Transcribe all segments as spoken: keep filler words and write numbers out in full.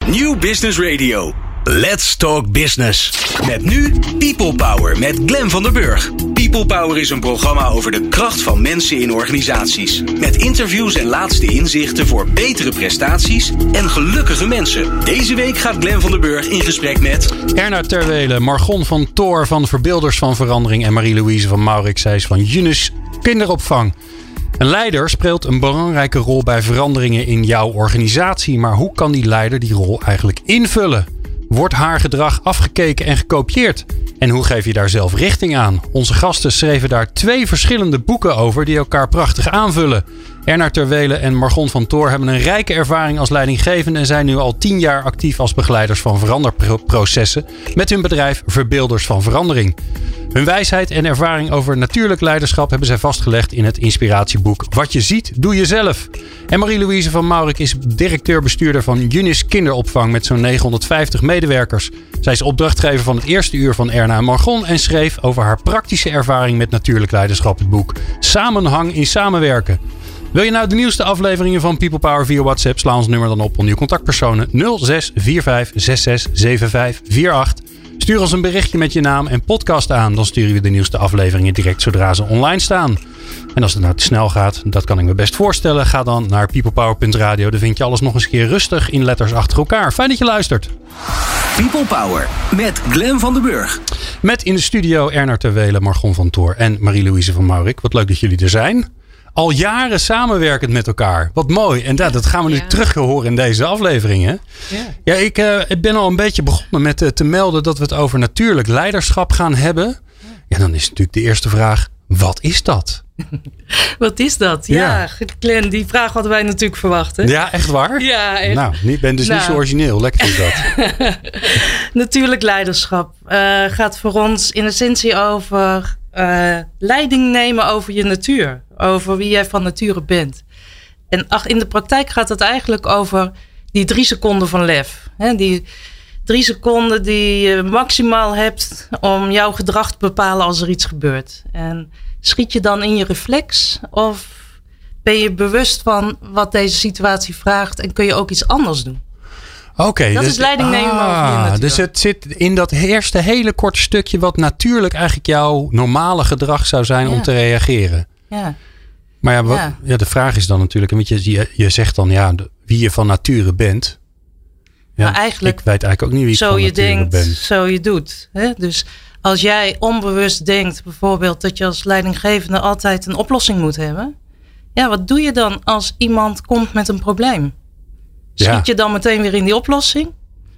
New Business Radio. Let's Talk Business. Met nu People Power met Glenn van der Burg. People Power is een programma over de kracht van mensen in organisaties. Met interviews en laatste inzichten voor betere prestaties en gelukkige mensen. Deze week gaat Glenn van der Burg in gesprek met Erna Terwele, Margon van Toor van Verbeelders van Verandering en Marie-Louise van Maurik. Zij is van Unis Kinderopvang. Een leider speelt een belangrijke rol bij veranderingen in jouw organisatie. Maar hoe kan die leider die rol eigenlijk invullen? Wordt haar gedrag afgekeken en gekopieerd? En hoe geef je daar zelf richting aan? Onze gasten schreven daar twee verschillende boeken over die elkaar prachtig aanvullen. Erna Terwele en Margon van Toor hebben een rijke ervaring als leidinggevende en zijn nu al tien jaar actief als begeleiders van veranderprocessen met hun bedrijf Verbeelders van Verandering. Hun wijsheid en ervaring over natuurlijk leiderschap hebben zij vastgelegd in het inspiratieboek Wat je ziet, doe je zelf. En Marie-Louise van Maurik is directeur-bestuurder van Unis Kinderopvang met zo'n negenhonderdvijftig medewerkers. Zij is opdrachtgever van het eerste uur van Erna en Margon en schreef over haar praktische ervaring met natuurlijk leiderschap het boek Samenhang in Samenwerken. Wil je nou de nieuwste afleveringen van People Power via WhatsApp? Sla ons nummer dan op onder je contactpersonen nul zes vier vijf zes zes zeven vijf vier acht. Stuur ons een berichtje met je naam en podcast aan. Dan sturen we de nieuwste afleveringen direct zodra ze online staan. En als het nou te snel gaat, dat kan ik me best voorstellen. Ga dan naar peoplepower punt radio. Daar vind je alles nog eens een keer rustig in letters achter elkaar. Fijn dat je luistert. People Power met Glenn van der Burg. Met in de studio Erna Terwele, Margon van Toor en Marie-Louise van Maurik. Wat leuk dat jullie er zijn. Al jaren samenwerkend met elkaar. Wat mooi. En dat, dat gaan we nu ja. terug horen in deze aflevering. Hè? Ja. ja, ik uh, ben al een beetje begonnen met uh, te melden dat we het over natuurlijk leiderschap gaan hebben. Ja, dan is natuurlijk de eerste vraag. Wat is dat? Wat is dat? Ja, ja. Glenn, die vraag hadden wij natuurlijk verwacht. Hè? Ja, echt waar? Ja, echt. Nou, ik ben dus nou. niet zo origineel. Lekker is dat. Natuurlijk leiderschap uh, gaat voor ons in essentie over uh, leiding nemen over je natuur. Over wie jij van nature bent. En ach, in de praktijk gaat het eigenlijk over die drie seconden van lef. He, die drie seconden die je maximaal hebt om jouw gedrag te bepalen als er iets gebeurt. En schiet je dan in je reflex? Of ben je bewust van wat deze situatie vraagt en kun je ook iets anders doen? Oké, okay, dat dus, is leiding nemen ah, over je natuur. Dus het zit in dat eerste hele korte stukje wat natuurlijk eigenlijk jouw normale gedrag zou zijn ja. om te reageren. Ja. Maar ja, wat, ja. ja, de vraag is dan natuurlijk, want je, je, je zegt dan ja, de, wie je van nature bent. Ja, maar eigenlijk, ik weet eigenlijk ook niet wie ik zo van je nature denkt, ben. Zo je doet. Hè? Dus als jij onbewust denkt bijvoorbeeld dat je als leidinggevende altijd een oplossing moet hebben. Ja, wat doe je dan als iemand komt met een probleem? Schiet ja. je dan meteen weer in die oplossing?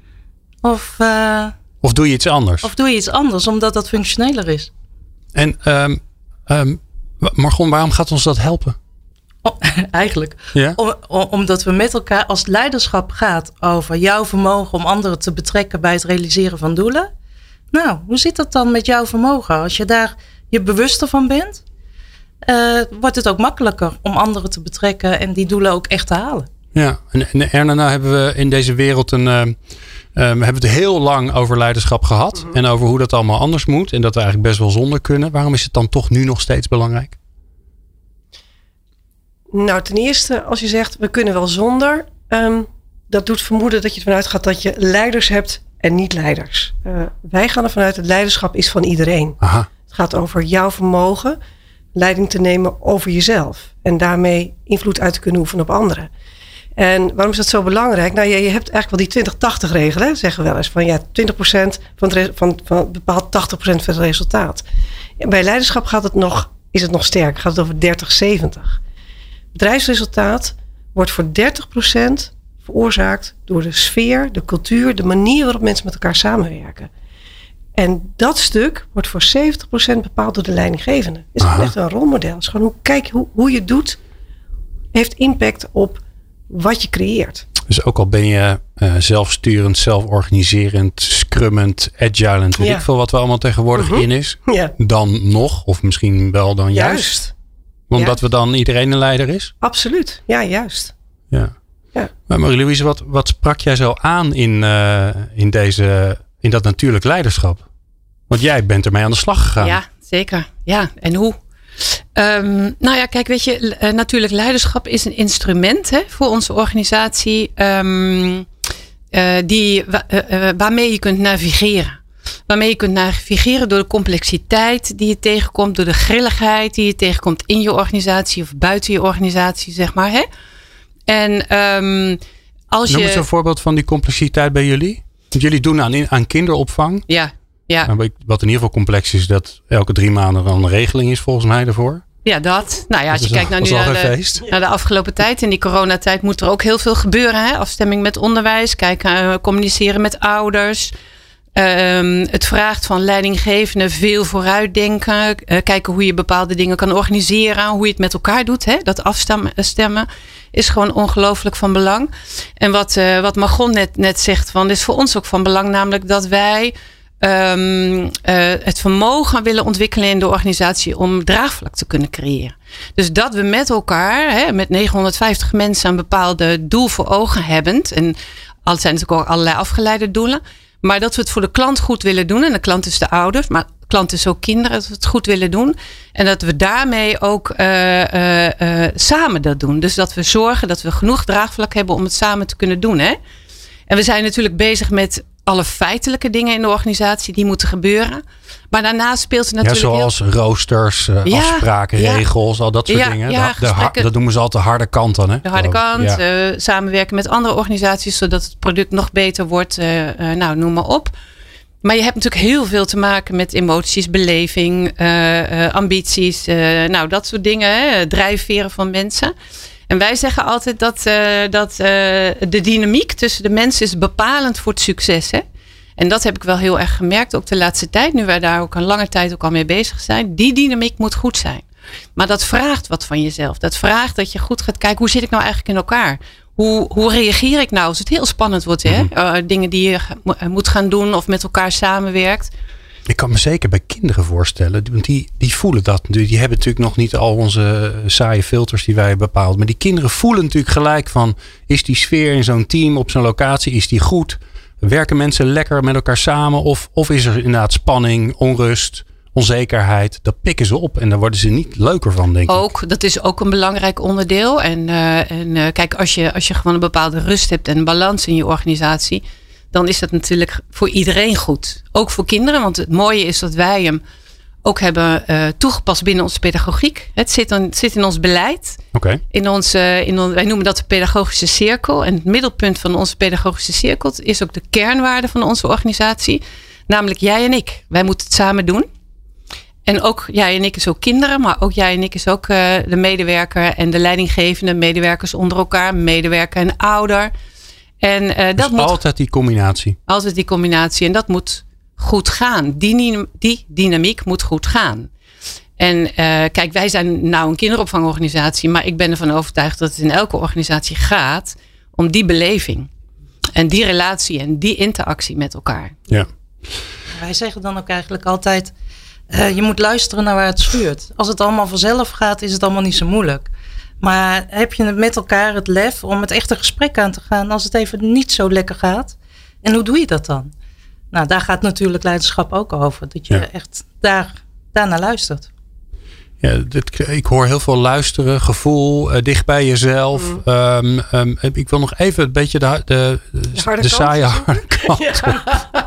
Of, uh, of doe je iets anders? Of doe je iets anders, omdat dat functioneler is. En um, um, Margon, waarom gaat ons dat helpen? Oh, eigenlijk. Ja? Om, omdat we met elkaar, als het leiderschap gaat over jouw vermogen om anderen te betrekken bij het realiseren van doelen. Nou, hoe zit dat dan met jouw vermogen? Als je daar je bewuster van bent, uh, wordt het ook makkelijker om anderen te betrekken en die doelen ook echt te halen. Ja, en, en Erna, nou hebben we in deze wereld een... Uh, Uh, we hebben het heel lang over leiderschap gehad. Mm-hmm. En over hoe dat allemaal anders moet. En dat we eigenlijk best wel zonder kunnen. Waarom is het dan toch nu nog steeds belangrijk? Nou, ten eerste, als je zegt we kunnen wel zonder. Um, dat doet vermoeden dat je ervan uitgaat dat je leiders hebt en niet leiders. Uh, wij gaan ervan uit dat leiderschap is van iedereen. Aha. Het gaat over jouw vermogen leiding te nemen over jezelf. En daarmee invloed uit te kunnen oefenen op anderen. En waarom is dat zo belangrijk? Nou, je, je hebt eigenlijk wel die twintig tachtig regel, hè? Zeggen we wel eens. Van ja, twintig procent van, het, van, van bepaalt tachtig procent van het resultaat. En bij leiderschap gaat het nog, is het nog sterk. Gaat het over dertig zeventig. Bedrijfsresultaat wordt voor dertig procent veroorzaakt door de sfeer, de cultuur, de manier waarop mensen met elkaar samenwerken. En dat stuk wordt voor zeventig procent bepaald door de leidinggevende. Het is echt een rolmodel. Het is gewoon hoe, kijk, hoe, hoe je het doet, heeft impact op wat je creëert. Dus ook al ben je uh, zelfsturend, zelforganiserend, scrummend, agilend, weet ja. ik veel wat we allemaal tegenwoordig uh-huh. in is. Ja. Dan nog, of misschien wel dan juist. juist. Omdat ja. we dan iedereen een leider is? Absoluut, ja juist. Ja. ja. Maar Marie-Louise, wat, wat sprak jij zo aan in, uh, in, deze, in dat natuurlijk leiderschap? Want jij bent ermee aan de slag gegaan. Ja, zeker. Ja, en hoe? Um, nou ja, kijk, weet je, uh, natuurlijk leiderschap is een instrument hè, voor onze organisatie. Um, uh, die, uh, uh, waarmee je kunt navigeren. Waarmee je kunt navigeren door de complexiteit die je tegenkomt. Door de grilligheid die je tegenkomt in je organisatie of buiten je organisatie, zeg maar. Hè? En um, als Noem je... eens een voorbeeld van die complexiteit bij jullie. Want jullie doen aan, aan kinderopvang. Ja, ja. Wat in ieder geval complex is, dat elke drie maanden dan een regeling is volgens mij daarvoor. Ja, dat. Nou ja, als je dat kijkt naar, nu naar, de, naar de afgelopen tijd. In die coronatijd moet er ook heel veel gebeuren. Hè? Afstemming met onderwijs. Kijken, uh, communiceren met ouders. Um, het vraagt van leidinggevenden veel vooruitdenken. Uh, kijken hoe je bepaalde dingen kan organiseren. Hoe je het met elkaar doet. Hè? Dat afstemmen is gewoon ongelooflijk van belang. En wat, uh, wat Margon net, net zegt, van, is voor ons ook van belang. Namelijk dat wij um, uh, het vermogen willen ontwikkelen in de organisatie om draagvlak te kunnen creëren. Dus dat we met elkaar, hè, met negenhonderdvijftig mensen, een bepaalde doel voor ogen hebbend. En al zijn natuurlijk ook allerlei afgeleide doelen. Maar dat we het voor de klant goed willen doen. En de klant is de ouders, maar de klant is ook kinderen. Dat we het goed willen doen. En dat we daarmee ook uh, uh, uh, samen dat doen. Dus dat we zorgen dat we genoeg draagvlak hebben om het samen te kunnen doen. Hè? En we zijn natuurlijk bezig met alle feitelijke dingen in de organisatie. Die moeten gebeuren. Maar daarnaast speelt het natuurlijk... Ja, zoals heel... roosters, uh, ja, afspraken, ja. regels, al dat soort ja, dingen. Ja, de, de har- dat noemen ze altijd de harde kant dan. Hè? De harde kant. Ja. Uh, samenwerken met andere organisaties, zodat het product nog beter wordt. Uh, uh, nou, noem maar op. Maar je hebt natuurlijk heel veel te maken met emoties, beleving, uh, uh, ambities. Uh, nou, dat soort dingen. Hè? Drijfveren van mensen. En wij zeggen altijd dat, uh, dat uh, de dynamiek tussen de mensen is bepalend voor het succes. Hè? En dat heb ik wel heel erg gemerkt, ook de laatste tijd. Nu wij daar ook een lange tijd ook al mee bezig zijn. Die dynamiek moet goed zijn. Maar dat vraagt wat van jezelf. Dat vraagt dat je goed gaat kijken, hoe zit ik nou eigenlijk in elkaar? Hoe, hoe reageer ik nou als het heel spannend wordt? Hè? Uh, dingen die je moet gaan doen of met elkaar samenwerkt. Ik kan me zeker bij kinderen voorstellen. Want die, die voelen dat. Die hebben natuurlijk nog niet al onze saaie filters die wij bepaald. Maar die kinderen voelen natuurlijk gelijk van... Is die sfeer in zo'n team op zo'n locatie, is die goed? Werken mensen lekker met elkaar samen? Of, of is er inderdaad spanning, onrust, onzekerheid? Dat pikken ze op en daar worden ze niet leuker van, denk ik. Ook, dat is ook een belangrijk onderdeel. En, uh, en uh, kijk, als je, als je gewoon een bepaalde rust hebt en balans in je organisatie... dan is dat natuurlijk voor iedereen goed. Ook voor kinderen, want het mooie is dat wij hem ook hebben uh, toegepast binnen onze pedagogiek. Het zit, in, het zit in ons beleid. Okay. In ons, uh, in on, wij noemen dat de pedagogische cirkel. En het middelpunt van onze pedagogische cirkel is ook de kernwaarde van onze organisatie. Namelijk jij en ik. Wij moeten het samen doen. En ook jij en ik is ook kinderen, maar ook jij en ik is ook uh, de medewerker en de leidinggevende, medewerkers onder elkaar, medewerker en ouder. En uh, dat dus moet altijd die combinatie. Altijd die combinatie. En dat moet goed gaan. Die, die dynamiek moet goed gaan. En uh, kijk, wij zijn nou een kinderopvangorganisatie. Maar ik ben ervan overtuigd dat het in elke organisatie gaat om die beleving. En die relatie en die interactie met elkaar. Ja. Wij zeggen dan ook eigenlijk altijd... Uh, je moet luisteren naar waar het schuurt. Als het allemaal vanzelf gaat, is het allemaal niet zo moeilijk. Maar heb je met elkaar het lef om het echte gesprek aan te gaan als het even niet zo lekker gaat? En hoe doe je dat dan? Nou, daar gaat natuurlijk leiderschap ook over. Dat je ja. echt daar, daarnaar luistert. Ja, dit, ik hoor heel veel luisteren, gevoel, uh, dicht bij jezelf. Mm. Um, um, ik wil nog even een beetje de, de, de, de, harde de saaie harde kant. Ja,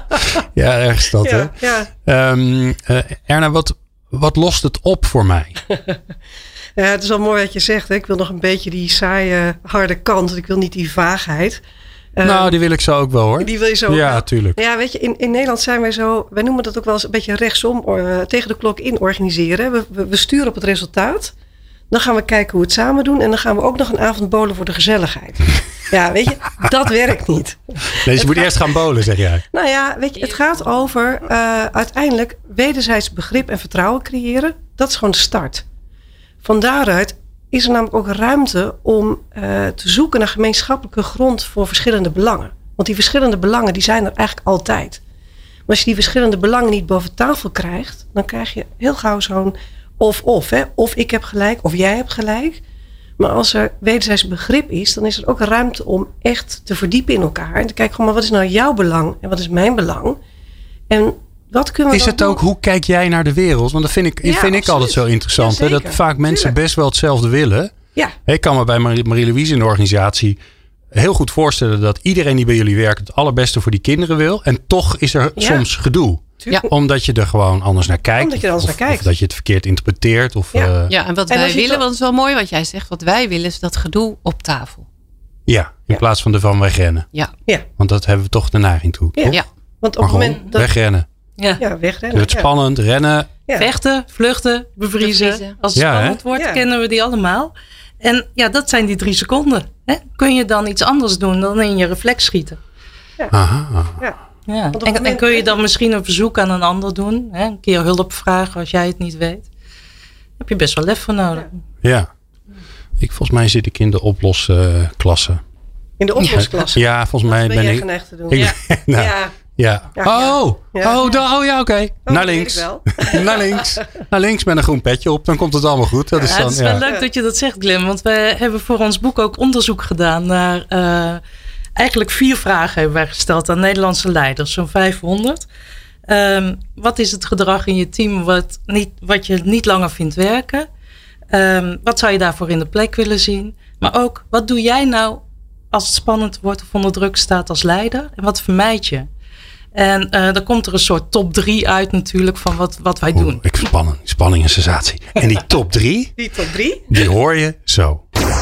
ja ergens dat. Ja, hè? Ja. Um, uh, Erna, wat, wat lost het op voor mij? Ja, het is wel mooi wat je zegt. Hè? Ik wil nog een beetje die saaie, harde kant. Ik wil niet die vaagheid. Nou, um, die wil ik zo ook wel hoor. Die wil je zo Ja, wel. tuurlijk. Ja, weet je, in, in Nederland zijn wij zo... Wij noemen dat ook wel eens een beetje rechtsom. Uh, tegen de klok in organiseren. We, we, we sturen op het resultaat. Dan gaan we kijken hoe we het samen doen. En dan gaan we ook nog een avond bowlen voor de gezelligheid. Ja, weet je, dat werkt niet. Nee, dus je moet eerst gaan bowlen, zeg jij. Nou ja, weet je, het gaat over uh, uiteindelijk wederzijds begrip en vertrouwen creëren. Dat is gewoon de start. Van daaruit is er namelijk ook ruimte om uh, te zoeken naar gemeenschappelijke grond voor verschillende belangen. Want die verschillende belangen die zijn er eigenlijk altijd. Maar als je die verschillende belangen niet boven tafel krijgt, dan krijg je heel gauw zo'n of-of. Hè? Of ik heb gelijk, of jij hebt gelijk. Maar als er wederzijds begrip is, dan is er ook ruimte om echt te verdiepen in elkaar. En te kijken, gewoon, maar wat is nou jouw belang en wat is mijn belang? En wat kunnen we is dan het ook, doen? Hoe kijk jij naar de wereld? Want dat vind ik, ja, vind ik altijd zo interessant. Ja, hè? Dat vaak mensen Tuurlijk. best wel hetzelfde willen. Ja. Ik kan me bij Marie-Louise in de organisatie heel goed voorstellen dat iedereen die bij jullie werkt het allerbeste voor die kinderen wil. En toch is er Ja. soms gedoe. Ja. Omdat je er gewoon anders naar kijkt. Omdat je er anders of, naar kijkt. Of dat je het verkeerd interpreteert. Of, Ja. uh, Ja, en wat En wij als je willen, toch- want het is wel mooi wat jij zegt. Wat wij willen is dat gedoe op tafel. ja, in Ja. plaats van ervan wegrennen. Ja, Ja, Want dat hebben we toch de neiging toe. Ja. toch? ja. want op Maar het gewoon moment dat... wegrennen. Ja. Ja, wegrennen. Het ja. spannend, rennen. Ja. Vechten, vluchten, bevriezen. Bevriezen. Als het Ja, spannend hè? wordt, Ja. kennen we die allemaal. En ja, dat zijn die drie seconden. Hè? Kun je dan iets anders doen dan in je reflex schieten? Aha. Ja. Ja. op het En, en moment- kun je dan misschien een verzoek aan een ander doen? Hè? Een keer hulp vragen als jij het niet weet. Daar heb je best wel lef voor nodig. Ja. Ik, volgens mij zit ik in de oplosklasse. In de oplossklasse. Ja, volgens mij Dat ben ben jij ik... geneigd te doen. ik Ja. nou, ja. ja. Ja, ja. Oh, Ja. oh, da- oh ja, oké. Oh, Naar dat weet links. ik wel. Naar links. Naar links met een groen petje op. Dan komt het allemaal goed. Dat is Ja, dan, het is wel ja. leuk dat je dat zegt, Glenn. Want wij hebben voor ons boek ook onderzoek gedaan naar... eh, eigenlijk vier vragen hebben wij gesteld aan Nederlandse leiders. Zo'n vijfhonderd. Ehm, wat is het gedrag in je team wat, niet, wat je niet langer vindt werken? Ehm, wat zou je daarvoor in de plek willen zien? Maar ook, wat doe jij nou als het spannend wordt of onder druk staat als leider? En wat vermijd je? En uh, dan komt er een soort top drie uit natuurlijk van wat, wat wij doen. Oeh, ik vind spanning, spanning en sensatie. En die top drie, Die top drie. die hoor je zo.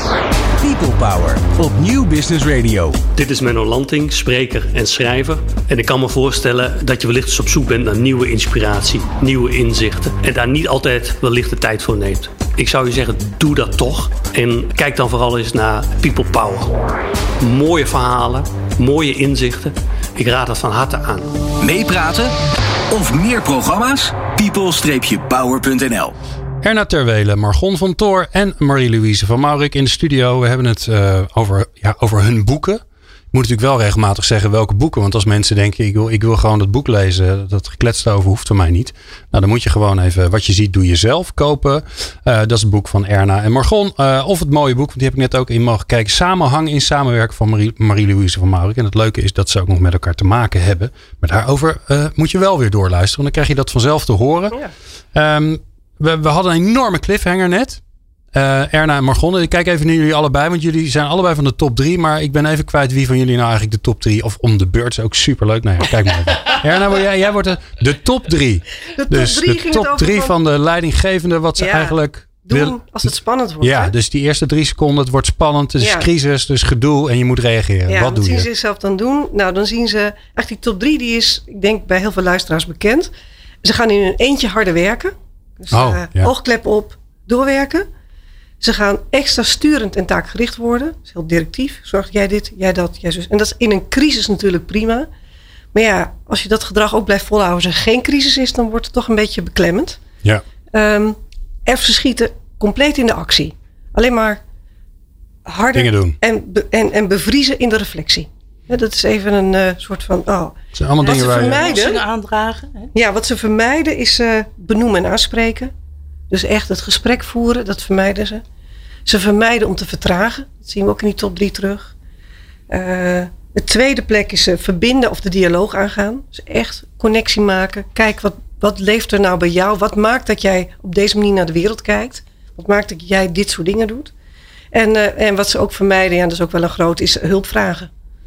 People Power op Nieuw Business Radio. Dit is Menno Lanting, spreker en schrijver. En ik kan me voorstellen dat je wellicht eens op zoek bent naar nieuwe inspiratie, nieuwe inzichten. En daar niet altijd wellicht de tijd voor neemt. Ik zou je zeggen, doe dat toch. En kijk dan vooral eens naar People Power. Mooie verhalen, mooie inzichten. Ik raad het van harte aan. Meepraten of meer programma's? people power punt n l. Erna Terwele, Margon van Toor en Marie-Louise van Maurik in de studio. We hebben het uh, over, ja, over hun boeken. Ik moet natuurlijk wel regelmatig zeggen welke boeken. Want als mensen denken, ik wil, ik wil gewoon dat boek lezen. Dat geklets daarover hoeft voor mij niet. Nou, dan moet je gewoon even Wat je ziet, doe je zelf kopen. Uh, dat is het boek van Erna en Margon. Uh, of het mooie boek, want die heb ik net ook in mogen kijken. Samenhang in samenwerken van Marie, Marie-Louise van Maurik. En het leuke is dat ze ook nog met elkaar te maken hebben. Maar daarover uh, moet je wel weer doorluisteren. Dan krijg je dat vanzelf te horen. Ja. Um, we, we hadden een enorme cliffhanger net. Uh, Erna en Margon. Ik kijk even naar jullie allebei. Want jullie zijn allebei van de top drie. Maar ik ben even kwijt wie van jullie nou eigenlijk de top drie. Of om de beurt. Is ook superleuk. Nou ja, kijk maar even. Erna, jij, jij wordt de, de top drie. De top dus drie de top drie van, van de leidinggevende. Wat ze ja, eigenlijk doen wil, als het spannend wordt. Ja, hè? dus die eerste drie seconden. Het wordt spannend. Het is ja. crisis. Dus gedoe. En je moet reageren. Ja, wat doe zien je? ze zichzelf dan doen? Nou, dan zien ze... Eigenlijk die top drie, die is, ik denk, bij heel veel luisteraars bekend. Ze gaan in hun eentje harder werken. Dus oh, uh, ja. oogklep op, doorwerken. Ze gaan extra sturend en taakgericht worden. Dat is heel directief. Zorg jij dit, jij dat, jij zus. En dat is in een crisis natuurlijk prima. Maar ja, als je dat gedrag ook blijft volhouden... als er geen crisis is, dan wordt het toch een beetje beklemmend. Ja. Um, en ze schieten compleet in de actie. Alleen maar harder dingen doen. En, be, en, en bevriezen in de reflectie. Ja, dat is even een uh, soort van... Oh. Het zijn allemaal wat dingen ze waar vermijden, je... aandragen. Hè? Ja, wat ze vermijden is uh, benoemen en aanspreken. Dus echt het gesprek voeren, dat vermijden ze. Ze vermijden om te vertragen. Dat zien we ook in die top drie terug. Uh, de tweede plek is uh, verbinden of de dialoog aangaan. Dus echt connectie maken. Kijk, wat, wat leeft er nou bij jou? Wat maakt dat jij op deze manier naar de wereld kijkt? Wat maakt dat jij dit soort dingen doet? En, uh, en wat ze ook vermijden, ja, dat is ook wel een groot, is hulp vragen.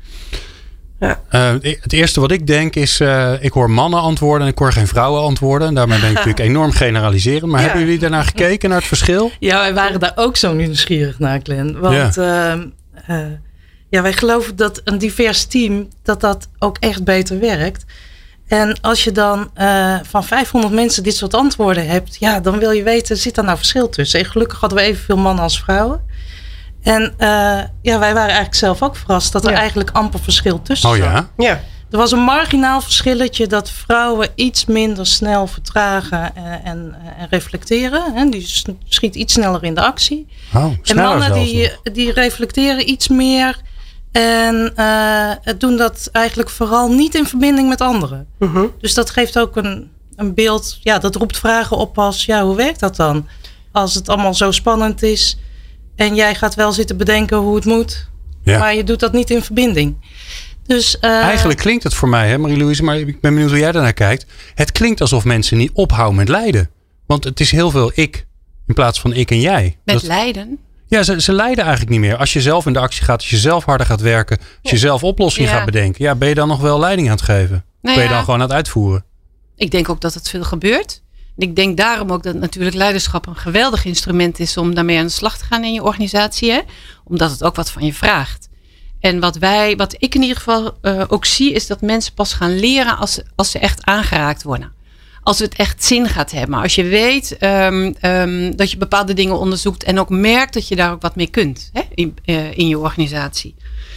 Ja. Uh, het eerste wat ik denk is, uh, ik hoor mannen antwoorden en ik hoor geen vrouwen antwoorden. En daarmee ben ik natuurlijk enorm generaliserend. Maar ja. hebben jullie daarnaar gekeken, naar het verschil? Ja, wij waren daar ook zo nieuwsgierig naar, Glenn. Want ja. Uh, uh, ja, wij geloven dat een divers team, dat dat ook echt beter werkt. En als je dan uh, van vijfhonderd mensen dit soort antwoorden hebt, ja, dan wil je weten, zit daar nou verschil tussen? En gelukkig hadden we evenveel mannen als vrouwen. En uh, ja, wij waren eigenlijk zelf ook verrast dat er ja. eigenlijk amper verschil tussen oh, zat. Ja? Ja. Er was een marginaal verschilletje dat vrouwen iets minder snel vertragen en, en, en reflecteren. Hè? Die schiet iets sneller in de actie. Oh, en mannen die, die reflecteren iets meer en uh, doen dat eigenlijk vooral niet in verbinding met anderen. Mm-hmm. Dus dat geeft ook een, een beeld, ja, dat roept vragen op als, ja, hoe werkt dat dan? Als het allemaal zo spannend is en jij gaat wel zitten bedenken hoe het moet, ja. maar je doet dat niet in verbinding. Dus, uh, eigenlijk klinkt het voor mij, hè, Marie-Louise, maar ik ben benieuwd hoe jij daarnaar kijkt. Het klinkt alsof mensen niet ophouden met lijden. Want het is heel veel ik in plaats van ik en jij. Met dat, lijden? Ja, ze, ze leiden eigenlijk niet meer. Als je zelf in de actie gaat, als je zelf harder gaat werken, als ja. je zelf oplossingen ja. gaat bedenken. Ja, ben je dan nog wel leiding aan het geven? Nou ben je ja. dan gewoon aan het uitvoeren? Ik denk ook dat het veel gebeurt. En ik denk daarom ook dat natuurlijk leiderschap een geweldig instrument is om daarmee aan de slag te gaan in je organisatie. Hè? Omdat het ook wat van je vraagt. En wat wij, wat ik in ieder geval uh, ook zie, is dat mensen pas gaan leren als, als ze echt aangeraakt worden. Als het echt zin gaat hebben. Als je weet um, um, dat je bepaalde dingen onderzoekt en ook merkt dat je daar ook wat mee kunt, hè, in, uh, in je organisatie.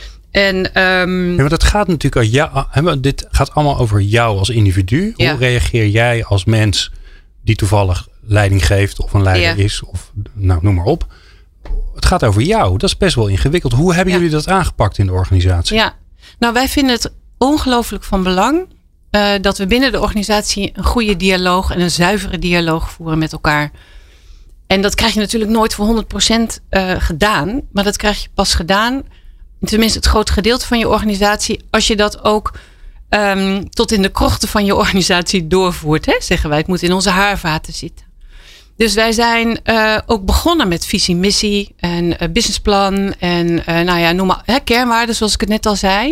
En, um, ja, maar dat gaat natuurlijk al jou, dit gaat allemaal over jou als individu. Ja. Hoe reageer jij als mens die toevallig leiding geeft of een leider ja. is of nou, noem maar op. Het gaat over jou. Dat is best wel ingewikkeld. Hoe hebben ja. jullie dat aangepakt in de organisatie? Ja, nou wij vinden het ongelooflijk van belang uh, dat we binnen de organisatie een goede dialoog en een zuivere dialoog voeren met elkaar. En dat krijg je natuurlijk nooit voor honderd procent uh, gedaan. Maar dat krijg je pas gedaan, tenminste het grote gedeelte van je organisatie, als je dat ook um, tot in de krochten van je organisatie doorvoert. Hè, zeggen wij, het moet in onze haarvaten zitten. Dus wij zijn uh, ook begonnen met visie, missie en uh, businessplan en uh, nou ja, noem maar hè, kernwaarden zoals ik het net al zei.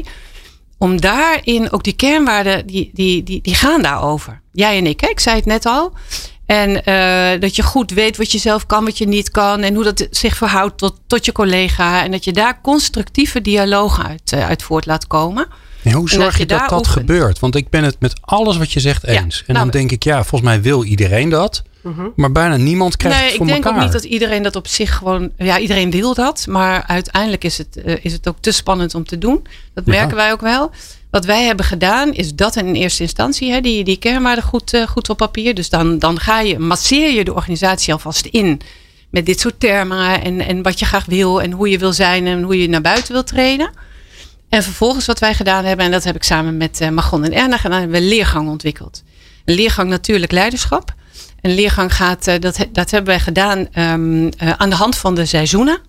Om daarin ook die kernwaarden, die, die, die, die gaan daarover. Jij en ik, hè? Ik zei het net al. En uh, dat je goed weet wat je zelf kan, wat je niet kan. En hoe dat zich verhoudt tot, tot je collega. En dat je daar constructieve dialoog uit, uh, uit voort laat komen. En hoe zorg en dat je dat dat oefent. gebeurt? Want ik ben het met alles wat je zegt eens. Ja, en nou, dan denk ik, ja, volgens mij wil iedereen dat. Uh-huh. Maar bijna niemand krijgt nee, het voor elkaar. Nee, ik denk ook niet dat iedereen dat op zich gewoon... Ja, iedereen wil dat. Maar uiteindelijk is het, uh, is het ook te spannend om te doen. Dat merken ja. wij ook wel. Wat wij hebben gedaan is dat in eerste instantie. Hè, die, die kernwaarden goed, uh, goed op papier. Dus dan, dan ga je, masseer je de organisatie alvast in. Met dit soort termen. En, en wat je graag wil. En hoe je wil zijn. En hoe je naar buiten wil treden. En vervolgens wat wij gedaan hebben. En dat heb ik samen met uh, Margon en Erna gedaan. Hebben we een leergang ontwikkeld. Een leergang natuurlijk leiderschap. Een leergang gaat, dat, dat hebben wij gedaan um, uh, aan de hand van de seizoenen.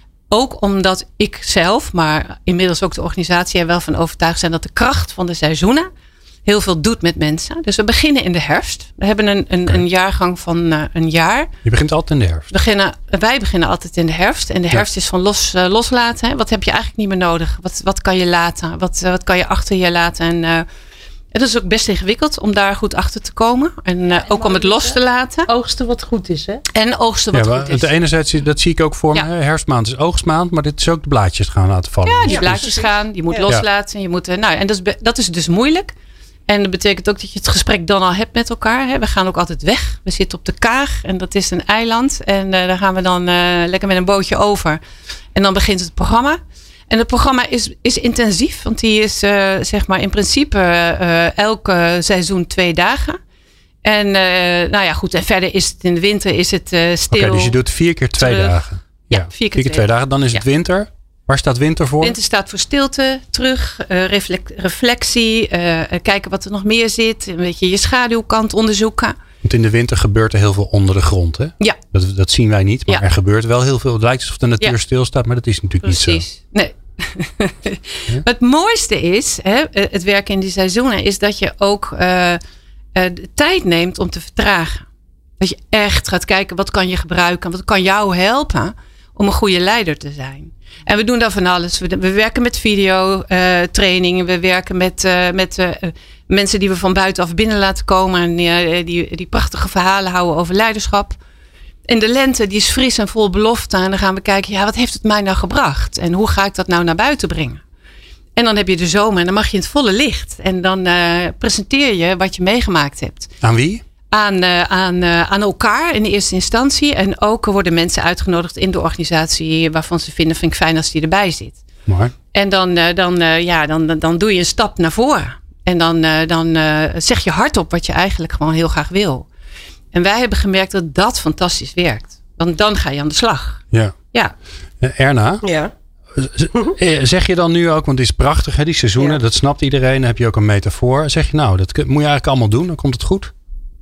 Ook omdat ik zelf, maar inmiddels ook de organisatie er wel van overtuigd zijn dat de kracht van de seizoenen heel veel doet met mensen. Dus we beginnen in de herfst. We hebben een, een, een jaargang van uh, een jaar. Je begint altijd in de herfst. Beginnen, wij beginnen altijd in de herfst. En de herfst ja. is van los, uh, loslaten. Hè? Wat heb je eigenlijk niet meer nodig? Wat, wat kan je laten? Wat, uh, wat kan je achter je laten? En uh, het is ook best ingewikkeld om daar goed achter te komen. En, uh, en ook om het los te laten. Oogsten wat goed is, hè? En oogsten wat ja, goed is. De enerzijds, dat zie ik ook voor ja. me. Herfstmaand is oogstmaand, maar dit is ook de blaadjes gaan laten vallen. Ja, die ja. blaadjes gaan. Je moet ja. loslaten. Je moet, uh, nou, en dat is, dat is dus moeilijk. En dat betekent ook dat je het gesprek dan al hebt met elkaar. Hè. We gaan ook altijd weg. We zitten op de Kaag en dat is een eiland. En uh, daar gaan we dan uh, lekker met een bootje over. En dan begint het programma. En het programma is, is intensief. Want die is uh, zeg maar in principe uh, elke seizoen twee dagen. En uh, nou ja goed. En verder is het in de winter is het uh, stil. Oké, okay, dus je doet vier keer twee terug. dagen. Ja, ja vier keer, vier keer twee, twee dagen. Dan is het ja. winter. Waar staat winter voor? Winter staat voor stilte, terug, uh, reflect, reflectie, uh, kijken wat er nog meer zit. Een beetje je schaduwkant onderzoeken. Want in de winter gebeurt er heel veel onder de grond, hè? Ja. Dat, dat zien wij niet, maar ja. er gebeurt wel heel veel. Het lijkt alsof de natuur ja. stilstaat, maar dat is natuurlijk Precies. niet zo. Nee. Ja? Het mooiste is, hè, het werken in die seizoenen, is dat je ook uh, uh, de tijd neemt om te vertragen. Dat je echt gaat kijken, wat kan je gebruiken, wat kan jou helpen om een goede leider te zijn. En we doen daar van alles. We, we werken met video uh, trainingen. We werken met, uh, met uh, mensen die we van buitenaf binnen laten komen. En uh, die, die prachtige verhalen houden over leiderschap. En de lente die is fris en vol belofte. En dan gaan we kijken, ja, wat heeft het mij nou gebracht? En hoe ga ik dat nou naar buiten brengen? En dan heb je de zomer en dan mag je in het volle licht. En dan uh, presenteer je wat je meegemaakt hebt. Aan wie? Aan, uh, aan, uh, aan elkaar in de eerste instantie. En ook worden mensen uitgenodigd in de organisatie waarvan ze vinden, vind ik fijn als die erbij zit. Mooi. En dan, uh, dan, uh, ja, dan, dan doe je een stap naar voren. En dan, uh, dan uh, zeg je hardop wat je eigenlijk gewoon heel graag wil. En wij hebben gemerkt dat dat fantastisch werkt. Want dan ga je aan de slag. Ja. Ja. Uh, Erna? Ja. Zeg je dan nu ook, want het is prachtig hè, die seizoenen. Ja. Dat snapt iedereen. Dan heb je ook een metafoor. Zeg je nou, dat moet je eigenlijk allemaal doen. Dan komt het goed.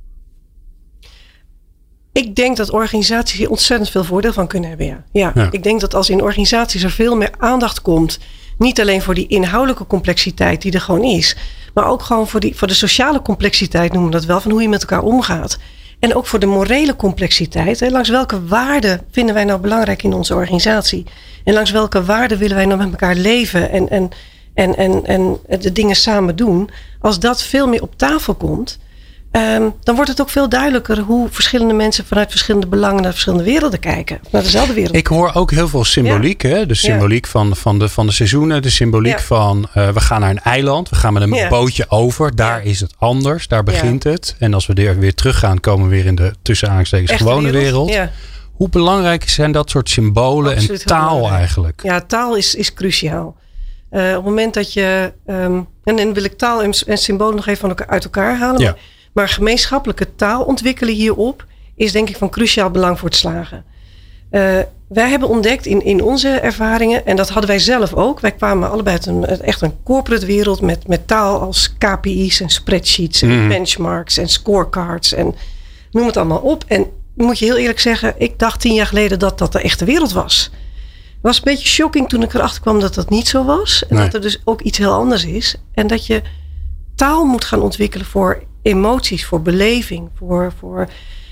Ik denk dat organisaties hier ontzettend veel voordeel van kunnen hebben. Ja. Ja. Ja. Ik denk dat als in organisaties er veel meer aandacht komt. Niet alleen voor die inhoudelijke complexiteit die er gewoon is. Maar ook gewoon voor, die, voor de sociale complexiteit noemen we dat wel. Van hoe je met elkaar omgaat. En ook voor de morele complexiteit. Hè, langs welke waarden vinden wij nou belangrijk in onze organisatie? En langs welke waarden willen wij nou met elkaar leven en, en, en, en, en de dingen samen doen? Als dat veel meer op tafel komt, um, dan wordt het ook veel duidelijker hoe verschillende mensen vanuit verschillende belangen naar verschillende werelden kijken. Naar dezelfde wereld. Ik hoor ook heel veel symboliek. Ja. Hè? De symboliek ja. van, van, de, van de seizoenen. De symboliek ja. van uh, we gaan naar een eiland. We gaan met een ja. bootje over. Daar ja. is het anders. Daar begint ja. het. En als we er weer teruggaan, komen we weer in de tussen aanstekens gewone wereld. wereld. Ja. Hoe belangrijk zijn dat soort symbolen Absoluut en taal eigenlijk? Ja, taal is, is cruciaal. Uh, op het moment dat je... Um, en dan wil ik taal en, en symbolen nog even van elkaar, uit elkaar halen. Ja. Maar, maar gemeenschappelijke taal ontwikkelen hierop is denk ik van cruciaal belang voor het slagen. Uh, wij hebben ontdekt in, in onze ervaringen, en dat hadden wij zelf ook. Wij kwamen allebei uit een, echt een corporate wereld met, met taal als K P I's en spreadsheets en mm. benchmarks en scorecards en noem het allemaal op. En moet je heel eerlijk zeggen, ik dacht tien jaar geleden dat dat de echte wereld was. Het was een beetje shocking toen ik erachter kwam dat dat niet zo was. En nee. dat er dus ook iets heel anders is. En dat je taal moet gaan ontwikkelen voor emoties, voor beleving. Voor, voor...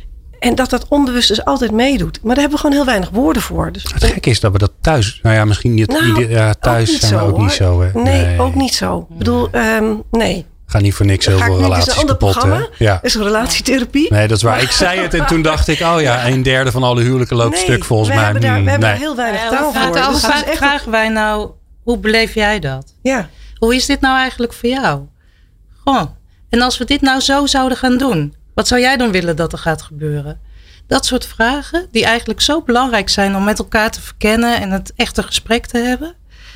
En dat dat onbewust dus altijd meedoet. Maar daar hebben we gewoon heel weinig woorden voor. Dus het gekke is dat we dat thuis... Nou ja, misschien niet... Nou, ja, thuis zijn we ook hoor. niet zo. Hè? Nee, nee, ook niet zo. Ik bedoel, um, nee. Ga niet voor niks heel veel relaties kapot. Een programma. Ja. Is een relatietherapie. Nee, dat is waar. Ik zei het en toen dacht ik, oh ja, een derde van alle huwelijken loopt nee, stuk volgens mij. Hebben daar, we nee. hebben daar heel weinig taal voor. Dus hoe vaak echt... vragen wij nou, hoe beleef jij dat? Ja. Hoe is dit nou eigenlijk voor jou? Gewoon. En als we dit nou zo zouden gaan doen, wat zou jij dan willen dat er gaat gebeuren? Dat soort vragen, die eigenlijk zo belangrijk zijn om met elkaar te verkennen en het echte gesprek te hebben.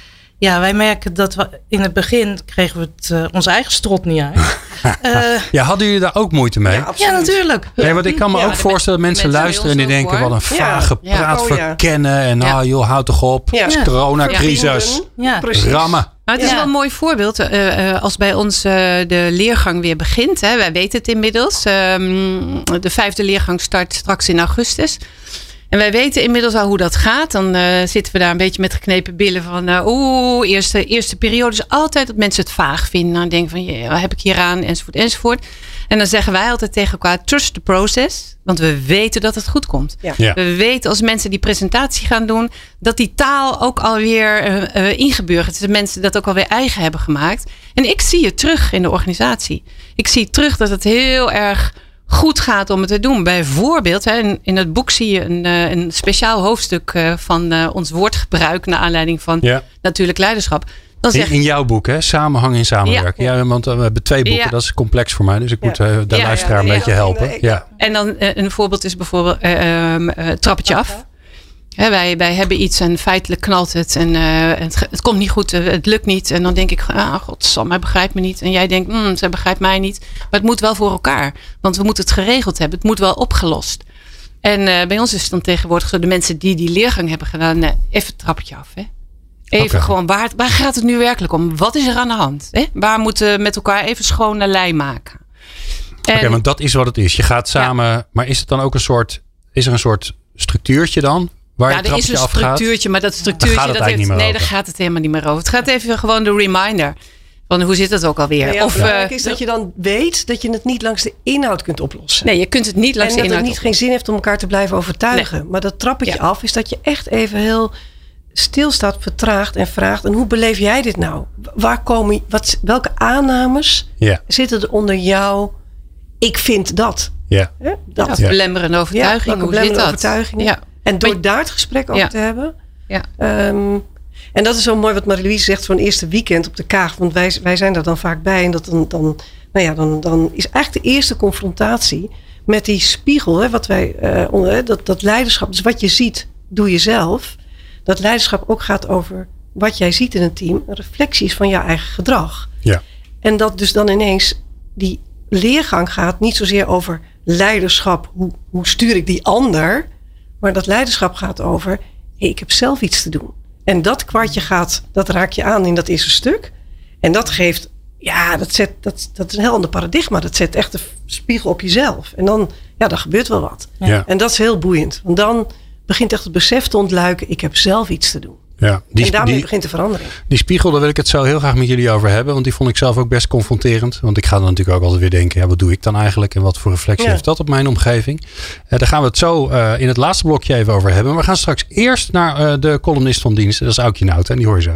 Ja, wij merken dat we in het begin kregen we het uh, onze eigen strot niet uit. uh, ja, hadden jullie daar ook moeite mee? Ja, ja natuurlijk. Nee, want ik kan me ja, ook voorstellen dat mensen, mensen luisteren en die denken, voor. wat een vage ja. praat ja. oh, verkennen. Ja. En nou ja. joh, houd toch op. Ja. Ja. Coronacrisis. Ja. Rammen. Maar het is ja. wel een mooi voorbeeld uh, uh, als bij ons uh, de leergang weer begint. Hè. Wij weten het inmiddels. Um, de vijfde leergang start straks in augustus. En wij weten inmiddels al hoe dat gaat. Dan uh, zitten we daar een beetje met geknepen billen van... Uh, oeh, eerste, eerste periode is altijd dat mensen het vaag vinden. Dan denken van, yeah, wat heb ik hier aan? Enzovoort, enzovoort. En dan zeggen wij altijd tegen elkaar, trust the process. Want we weten dat het goed komt. Ja. Ja. We weten als mensen die presentatie gaan doen... dat die taal ook alweer uh, uh, ingeburgerd is. Dat mensen dat ook alweer eigen hebben gemaakt. En ik zie het terug in de organisatie. Ik zie terug dat het heel erg... goed gaat om het te doen. Bijvoorbeeld, in, in het boek zie je een, een speciaal hoofdstuk van ons woordgebruik naar aanleiding van ja. natuurlijk leiderschap. Dan zeg, in, in jouw boek, hè? Samenhang in samenwerken. Ja, ja want we hebben twee boeken, ja. dat is complex voor mij. Dus ik moet ja. uh, de ja, luisteraar ja, een beetje ja, helpen. Nee, ja. En dan uh, een voorbeeld is bijvoorbeeld uh, um, uh, trappetje af. He, wij, wij hebben iets en feitelijk knalt het en uh, het, het komt niet goed, het lukt niet. En dan denk ik, ah, godsam, hij begrijpt me niet. En jij denkt, mm, zij begrijpt mij niet. Maar het moet wel voor elkaar. Want we moeten het geregeld hebben. Het moet wel opgelost. En uh, bij ons is het dan tegenwoordig zo, de mensen die die leergang hebben gedaan, uh, even het trappetje af. Hè? Even okay. gewoon, waar, waar gaat het nu werkelijk om? Wat is er aan de hand? Hè? Waar moeten we met elkaar even schone lei maken? Oké, okay, want dat is wat het is. Je gaat samen, ja. maar is het dan ook een soort, is er een soort structuurtje dan? Waar ja, er is een structuurtje, afgaat, maar dat structuurtje, dat heeft, nee, daar gaat het helemaal niet meer over. Het gaat even gewoon de reminder van hoe zit het ook alweer. Ja, ja, of belangrijk uh, is dat je dan weet dat je het niet langs de inhoud kunt oplossen. Nee, je kunt het niet langs en de inhoud En dat het niet geen zin heeft om elkaar te blijven overtuigen. Nee. Maar dat trappetje ja. af is dat je echt even heel stilstaat, vertraagt en vraagt. En hoe beleef jij dit nou? Waar komen, wat, welke aannames ja. zitten er onder jou? Ik vind dat. Ja. Ja, dat. Ja, belemmerende overtuiging. Ja, hoe zit dat? Overtuigingen. Ja. En door daar het gesprek over ja. te hebben. Ja. Um, en dat is zo mooi wat Marie-Louise zegt, zo'n eerste weekend op de Kaag. Want wij, wij zijn daar dan vaak bij. En dat dan, dan, nou ja, dan, dan is eigenlijk de eerste confrontatie met die spiegel. Hè, wat wij, uh, onder, dat, dat leiderschap. Dus wat je ziet, doe je zelf. Dat leiderschap ook gaat over wat jij ziet in een team. Een reflectie is van jouw eigen gedrag. Ja. En dat dus dan ineens die leergang gaat niet zozeer over leiderschap. Hoe, hoe stuur ik die ander? Maar dat leiderschap gaat over, hey, ik heb zelf iets te doen. En dat kwartje gaat, dat raak je aan in dat eerste stuk. En dat geeft, ja, dat, zet, dat, dat is een heel ander paradigma. Dat zet echt de spiegel op jezelf. En dan, ja, dan gebeurt wel wat. Ja. En dat is heel boeiend. Want dan begint echt het besef te ontluiken, ik heb zelf iets te doen. Ja, die, en daarmee die, begint de verandering. Die spiegel, daar wil ik het zo heel graag met jullie over hebben. Want die vond ik zelf ook best confronterend. Want ik ga dan natuurlijk ook altijd weer denken, ja, wat doe ik dan eigenlijk? En wat voor reflectie ja. heeft dat op mijn omgeving? Uh, daar gaan we het zo uh, in het laatste blokje even over hebben. Maar we gaan straks eerst naar uh, de columnist van dienst. Dat is Aukje Nauta en die hoor je zo.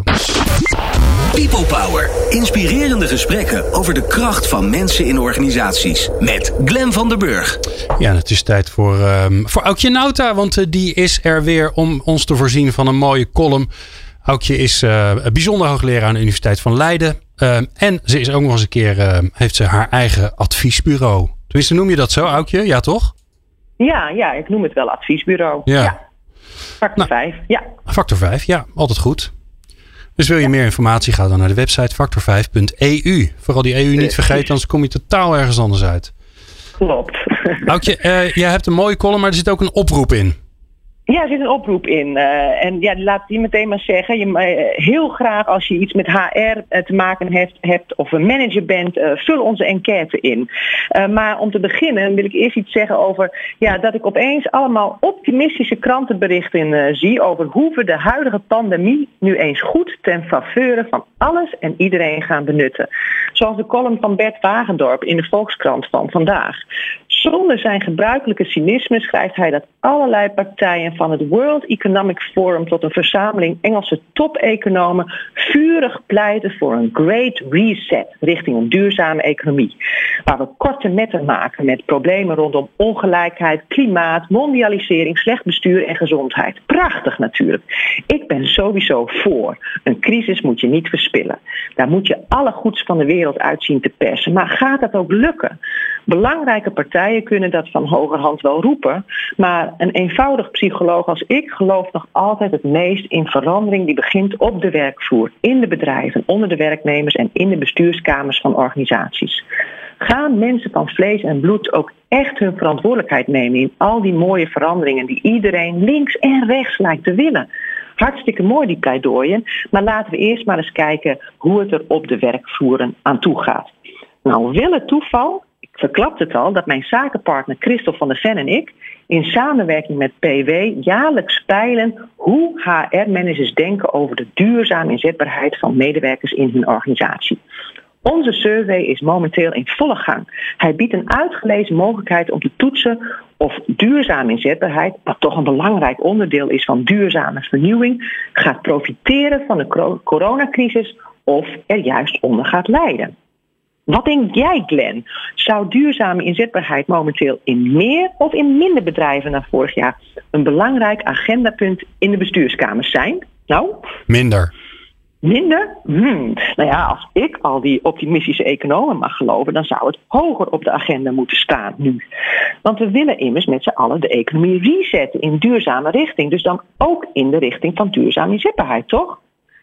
People Power. Inspirerende gesprekken over de kracht van mensen in organisaties. Met Glen van der Burg. Ja, het is tijd voor, um, voor Aukje Nauta. Want uh, die is er weer om ons te voorzien van een mooie column. Aukje is uh, een bijzonder hoogleraar aan de Universiteit van Leiden. Uh, en ze is ook nog eens een keer, uh, heeft ze haar eigen adviesbureau. Tenminste, noem je dat zo, Aukje? Ja, toch? Ja, ja, ik noem het wel adviesbureau. Ja. ja. Factor nou, vijf, ja. Factor vijf, ja, altijd goed. Dus wil je meer informatie, ga dan naar de website factor vijf punt e u. Vooral die E U niet vergeten, anders kom je totaal ergens anders uit. Klopt. Aukje, uh, jij hebt een mooie column, maar er zit ook een oproep in. Ja, er zit een oproep in. Uh, en ja, laat die meteen maar zeggen. Je, uh, heel graag als je iets met H R uh, te maken hebt, hebt of een manager bent, uh, vul onze enquête in. Uh, maar om te beginnen wil ik eerst iets zeggen over ja, dat ik opeens allemaal optimistische krantenberichten uh, zie over hoe we de huidige pandemie nu eens goed ten faveur van alles en iedereen gaan benutten. Zoals de column van Bert Wagendorp in de Volkskrant van vandaag. Zonder zijn gebruikelijke cynisme schrijft hij dat allerlei partijen van het World Economic Forum tot een verzameling Engelse top-economen vurig pleiten voor een great reset richting een duurzame economie. Waar we korte metten maken met problemen rondom ongelijkheid, klimaat, mondialisering, slecht bestuur en gezondheid. Prachtig natuurlijk. Ik ben sowieso voor. Een crisis moet je niet verspillen. Daar moet je alle goeds van de wereld uit zien te persen. Maar gaat dat ook lukken? Belangrijke partijen kunnen dat van hogerhand wel roepen, maar een eenvoudig psycholoog als ik gelooft nog altijd het meest in verandering die begint op de werkvloer, in de bedrijven, onder de werknemers en in de bestuurskamers van organisaties. Gaan mensen van vlees en bloed ook echt hun verantwoordelijkheid nemen in al die mooie veranderingen die iedereen links en rechts lijkt te willen? Hartstikke mooi die pleidooien, maar laten we eerst maar eens kijken hoe het er op de werkvloeren aan toe gaat. Nou, wil het toeval, ik verklap het al, dat mijn zakenpartner Christel van der Ven en ik in samenwerking met P W jaarlijks peilen hoe H R-managers denken over de duurzame inzetbaarheid van medewerkers in hun organisatie. Onze survey is momenteel in volle gang. Hij biedt een uitgelezen mogelijkheid om te toetsen of duurzame inzetbaarheid, wat toch een belangrijk onderdeel is van duurzame vernieuwing, gaat profiteren van de coronacrisis of er juist onder gaat lijden. Wat denk jij, Glen? Zou duurzame inzetbaarheid momenteel in meer of in minder bedrijven dan vorig jaar een belangrijk agendapunt in de bestuurskamers zijn? Nou? Minder. Minder? Hmm. Nou ja, als ik al die optimistische economen mag geloven, dan zou het hoger op de agenda moeten staan nu. Want we willen immers met z'n allen de economie resetten in duurzame richting. Dus dan ook in de richting van duurzame inzetbaarheid, toch?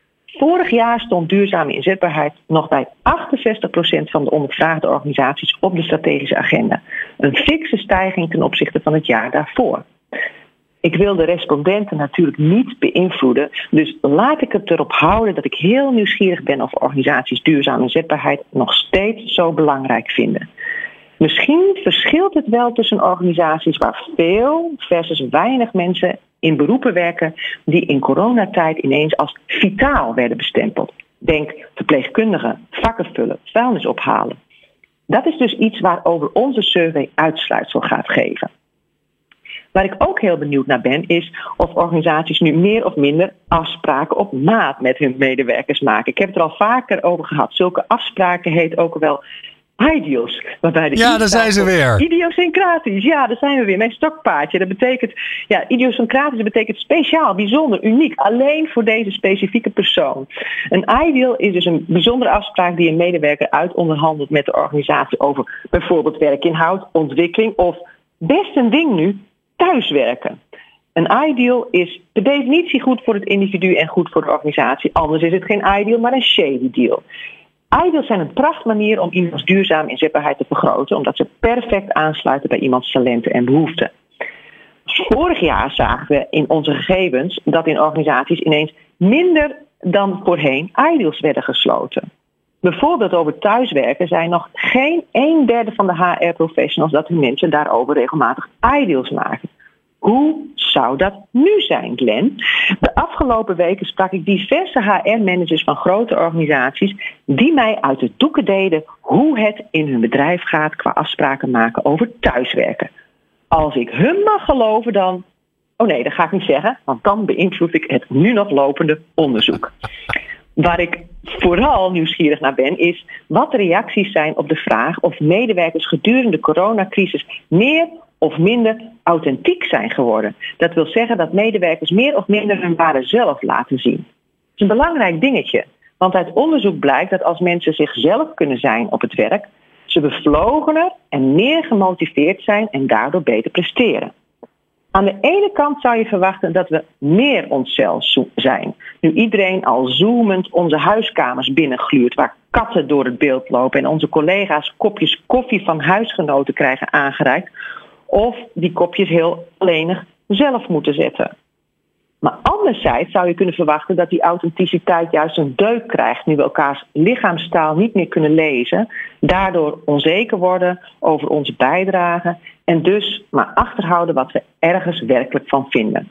Vorig jaar stond duurzame inzetbaarheid nog bij achtenzestig procent van de ondervraagde organisaties op de strategische agenda. Een fikse stijging ten opzichte van het jaar daarvoor. Ik wil de respondenten natuurlijk niet beïnvloeden, dus laat ik het erop houden dat ik heel nieuwsgierig ben of organisaties duurzame inzetbaarheid nog steeds zo belangrijk vinden. Misschien verschilt het wel tussen organisaties waar veel versus weinig mensen in beroepen werken die in coronatijd ineens als vitaal werden bestempeld. Denk verpleegkundigen, vakken vullen, vuilnis ophalen. Dat is dus iets waarover onze survey uitsluitsel gaat geven. Waar ik ook heel benieuwd naar ben, is of organisaties nu meer of minder afspraken op maat met hun medewerkers maken. Ik heb het er al vaker over gehad. Zulke afspraken heet ook wel ideals. Waarbij de ja, daar zijn ze weer. Idiosyncratisch, ja, daar zijn we weer. Mijn stokpaardje, dat betekent, ja, idiosyncratisch betekent speciaal, bijzonder, uniek, alleen voor deze specifieke persoon. Een ideal is dus een bijzondere afspraak die een medewerker uitonderhandelt met de organisatie over bijvoorbeeld werkinhoud, ontwikkeling of, best een ding nu, thuiswerken. Een ideal is per definitie goed voor het individu en goed voor de organisatie. Anders is het geen ideal, maar een shady deal. Ideals zijn een prachtmanier om iemands duurzame inzetbaarheid te vergroten, omdat ze perfect aansluiten bij iemands talenten en behoeften. Vorig jaar zagen we in onze gegevens dat in organisaties ineens minder dan voorheen ideals werden gesloten. Bijvoorbeeld over thuiswerken zijn nog geen een derde van de H R-professionals dat hun mensen daarover regelmatig ideals maken. Hoe zou dat nu zijn, Glenn? De afgelopen weken sprak ik diverse H R-managers van grote organisaties die mij uit de doeken deden hoe het in hun bedrijf gaat qua afspraken maken over thuiswerken. Als ik hun mag geloven dan... Oh nee, dat ga ik niet zeggen, want dan beïnvloed ik het nu nog lopende onderzoek. Waar ik vooral nieuwsgierig naar ben, is wat de reacties zijn op de vraag of medewerkers gedurende de coronacrisis meer of minder authentiek zijn geworden. Dat wil zeggen dat medewerkers meer of minder hun ware zelf laten zien. Dat is een belangrijk dingetje, want uit onderzoek blijkt dat als mensen zichzelf kunnen zijn op het werk, ze bevlogener en meer gemotiveerd zijn en daardoor beter presteren. Aan de ene kant zou je verwachten dat we meer onszelf zijn. Nu iedereen al zoemend onze huiskamers binnengluurt, waar katten door het beeld lopen en onze collega's kopjes koffie van huisgenoten krijgen aangereikt, of die kopjes heel alleenig zelf moeten zetten. Maar anderzijds zou je kunnen verwachten dat die authenticiteit juist een deuk krijgt nu we elkaars lichaamstaal niet meer kunnen lezen, daardoor onzeker worden over onze bijdrage en dus maar achterhouden wat we ergens werkelijk van vinden.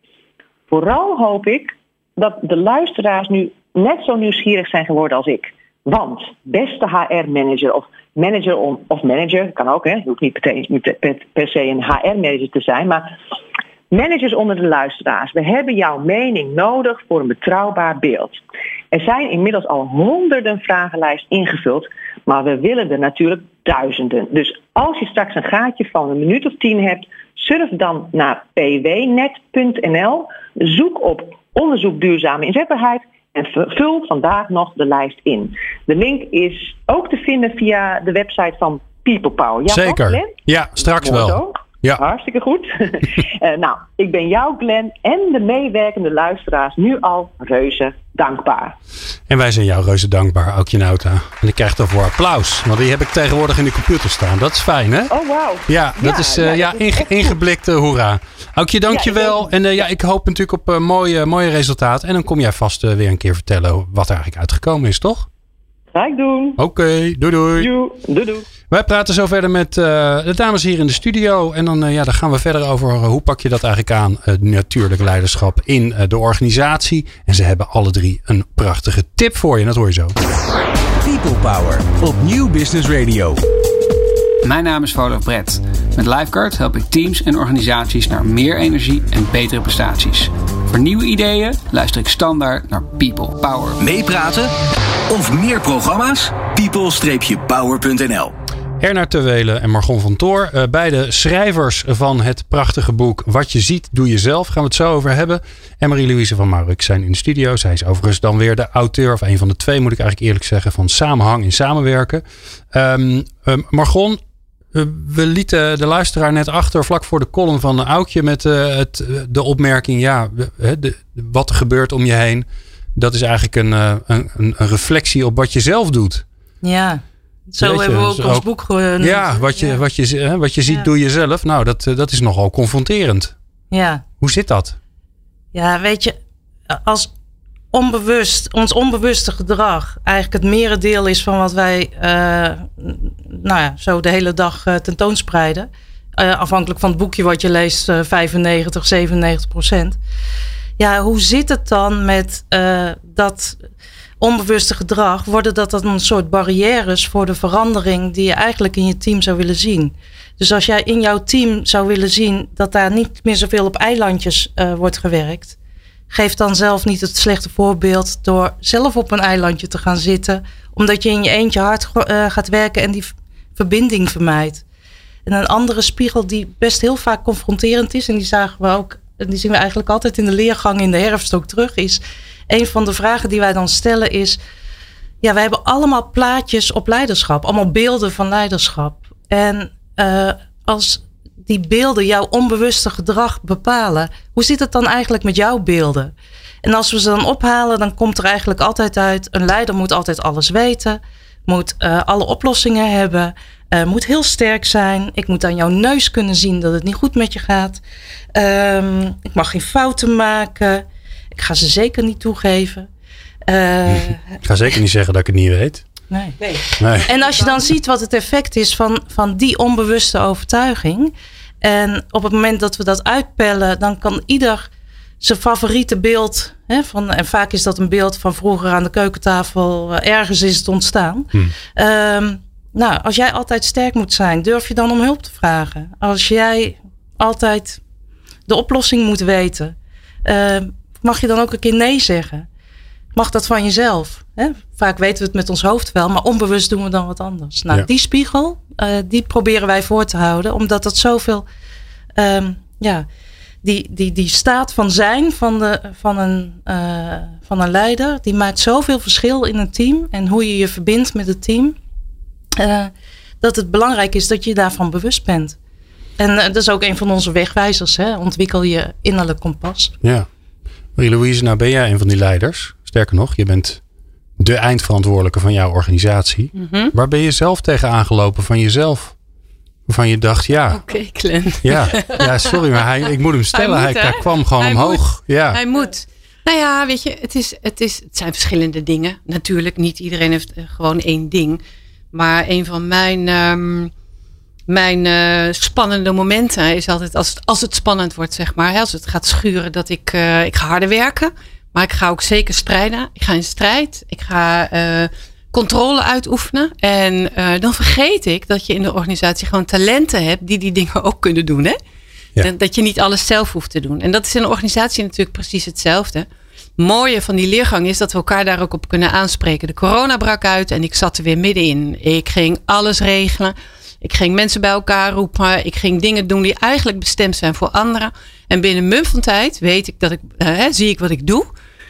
Vooral hoop ik dat de luisteraars nu net zo nieuwsgierig zijn geworden als ik. Want beste H R-manager of manager of manager, kan ook, hè, je hoeft niet per, niet per se een H R-manager te zijn, maar managers onder de luisteraars, we hebben jouw mening nodig voor een betrouwbaar beeld. Er zijn inmiddels al honderden vragenlijsten ingevuld, maar we willen er natuurlijk duizenden. Dus als je straks een gaatje van een minuut of tien hebt, surf dan naar p w net punt n l, zoek op onderzoek duurzame inzetbaarheid en vul vandaag nog de lijst in. De link is ook te vinden via de website van People Power. Ja, zeker. Glenn? Ja, straks Mooi wel. Zo. Ja. Hartstikke goed. uh, nou, ik ben jou, Glenn, en de meewerkende luisteraars nu al reuze dankbaar. En wij zijn jou reuze dankbaar, Aukje Nauta. En ik krijg daarvoor applaus, want die heb ik tegenwoordig in de computer staan. Dat is fijn, hè? Oh, wauw. Ja, dat ja, is, uh, ja, ja, inge- ingeblikte hoera. Aukje, dankjewel. Ja, en uh, ja, ik hoop natuurlijk op uh, mooie, mooie resultaten. En dan kom jij vast uh, weer een keer vertellen wat er eigenlijk uitgekomen is, toch? Ga ik doen. Oké, okay, doei doei. Joe, doei doei. Wij praten zo verder met uh, de dames hier in de studio. En dan, uh, ja, dan gaan we verder over uh, hoe pak je dat eigenlijk aan. Uh, natuurlijk leiderschap in uh, de organisatie. En ze hebben alle drie een prachtige tip voor je. Dat hoor je zo. People Power op Nieuw Business Radio. Mijn naam is Volof Brett. Met Lifeguard help ik teams en organisaties naar meer energie en betere prestaties. Voor nieuwe ideeën luister ik standaard naar People Power. Meepraten of meer programma's? people power punt n l. Erna Terwelen en Margon van Toor, uh, beide schrijvers van het prachtige boek Wat je ziet, doe je zelf. Gaan we het zo over hebben. En Marie-Louise van Maurik zijn in de studio. Zij is overigens dan weer de auteur, of een van de twee moet ik eigenlijk eerlijk zeggen, van Samenhang in Samenwerken. Um, um, Margon, uh, we lieten de luisteraar net achter vlak voor de column van Aukje met uh, het, de opmerking, ja, de, de, wat er gebeurt om je heen. Dat is eigenlijk een, uh, een, een reflectie op wat je zelf doet. Ja. Zo Weet hebben je, we ook dus ons ook, boek genoemd. Ja, wat je, ja. Wat je, wat je ziet, ja. doe je zelf. Nou, dat, dat is nogal confronterend. Ja. Hoe zit dat? Ja, weet je, als onbewust, ons onbewuste gedrag eigenlijk het merendeel is van wat wij uh, nou ja, zo de hele dag uh, tentoonspreiden. Uh, afhankelijk van het boekje wat je leest, uh, vijfennegentig, zevenennegentig procent. Ja, hoe zit het dan met uh, dat onbewuste gedrag? Worden dat dan een soort barrières voor de verandering die je eigenlijk in je team zou willen zien? Dus als jij in jouw team zou willen zien dat daar niet meer zoveel op eilandjes uh, wordt gewerkt, geef dan zelf niet het slechte voorbeeld door zelf op een eilandje te gaan zitten, omdat je in je eentje hard uh, gaat werken en die v- verbinding vermijdt. En een andere spiegel die best heel vaak confronterend is, en die zagen we ook, die zien we eigenlijk altijd in de leergang in de herfst ook terug, is een van de vragen die wij dan stellen is, ja, wij hebben allemaal plaatjes op leiderschap, allemaal beelden van leiderschap. En uh, als die beelden jouw onbewuste gedrag bepalen, hoe zit het dan eigenlijk met jouw beelden? En als we ze dan ophalen, dan komt er eigenlijk altijd uit, een leider moet altijd alles weten, moet uh, alle oplossingen hebben, uh, moet heel sterk zijn. Ik moet aan jouw neus kunnen zien dat het niet goed met je gaat. Um, ik mag geen fouten maken. Ik ga ze zeker niet toegeven. Uh, ik ga zeker niet zeggen dat ik het niet weet. Nee. nee. En als je dan ziet wat het effect is van, van die onbewuste overtuiging. En op het moment dat we dat uitpellen, dan kan ieder zijn favoriete beeld, hè, van, en vaak is dat een beeld van vroeger aan de keukentafel, uh, ergens is het ontstaan. Hmm. Um, nou, als jij altijd sterk moet zijn, durf je dan om hulp te vragen? Als jij altijd de oplossing moet weten, uh, mag je dan ook een keer nee zeggen? Mag dat van jezelf? Hè? Vaak weten we het met ons hoofd wel, maar onbewust doen we dan wat anders. Nou, ja. die spiegel, uh, die proberen wij voor te houden, omdat dat zoveel, um, ja, die, die, die staat van zijn van, de, van, een, uh, van een leider, die maakt zoveel verschil in een team en hoe je je verbindt met het team, uh, dat het belangrijk is dat je daarvan bewust bent. En uh, dat is ook een van onze wegwijzers, hè? Ontwikkel je innerlijk kompas. Ja. Marie-Louise, nou ben jij een van die leiders. Sterker nog, je bent de eindverantwoordelijke van jouw organisatie. Mm-hmm. Waar ben je zelf tegen aangelopen van jezelf? Waarvan je dacht, ja. Oké, okay, Glenn. Ja, ja, sorry, maar hij, ik moet hem stellen. Hij, moet, hij, hij kwam gewoon hij omhoog. Moet. Ja. Hij moet. Nou ja, weet je, het, is, het, is, het zijn verschillende dingen. Natuurlijk, niet iedereen heeft gewoon één ding. Maar een van mijn, um, mijn uh, spannende momenten is altijd als het, als het spannend wordt, zeg maar. Als het gaat schuren, dat ik, uh, ik ga harder werken. Maar ik ga ook zeker strijden. Ik ga in strijd. Ik ga uh, controle uitoefenen. En uh, dan vergeet ik dat je in de organisatie gewoon talenten hebt die die dingen ook kunnen doen. Hè? Ja. Dat je niet alles zelf hoeft te doen. En dat is in een organisatie natuurlijk precies hetzelfde. Het mooie van die leergang is dat we elkaar daar ook op kunnen aanspreken. De corona brak uit en ik zat er weer middenin. Ik ging alles regelen. Ik ging mensen bij elkaar roepen. Ik ging dingen doen die eigenlijk bestemd zijn voor anderen. En binnen een mum van tijd weet ik dat ik, uh, zie ik wat ik doe.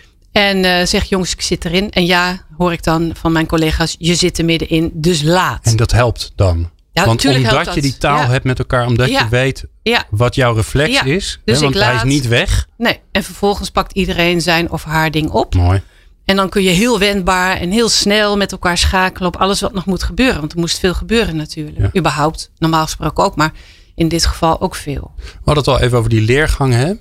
En uh, zeg jongens, ik zit erin. En ja, hoor ik dan van mijn collega's, je zit er middenin, dus laat. En dat helpt dan? Ja, want omdat dat. je die taal ja. hebt met elkaar, omdat ja. je weet ja. wat jouw reflex ja. is. Dus hè, want laat, hij is niet weg. Nee, en vervolgens pakt iedereen zijn of haar ding op. Mooi. En dan kun je heel wendbaar en heel snel met elkaar schakelen op alles wat nog moet gebeuren. Want er moest veel gebeuren natuurlijk. Ja. Überhaupt, normaal gesproken ook, maar in dit geval ook veel. We hadden het al even over die leergang, hè?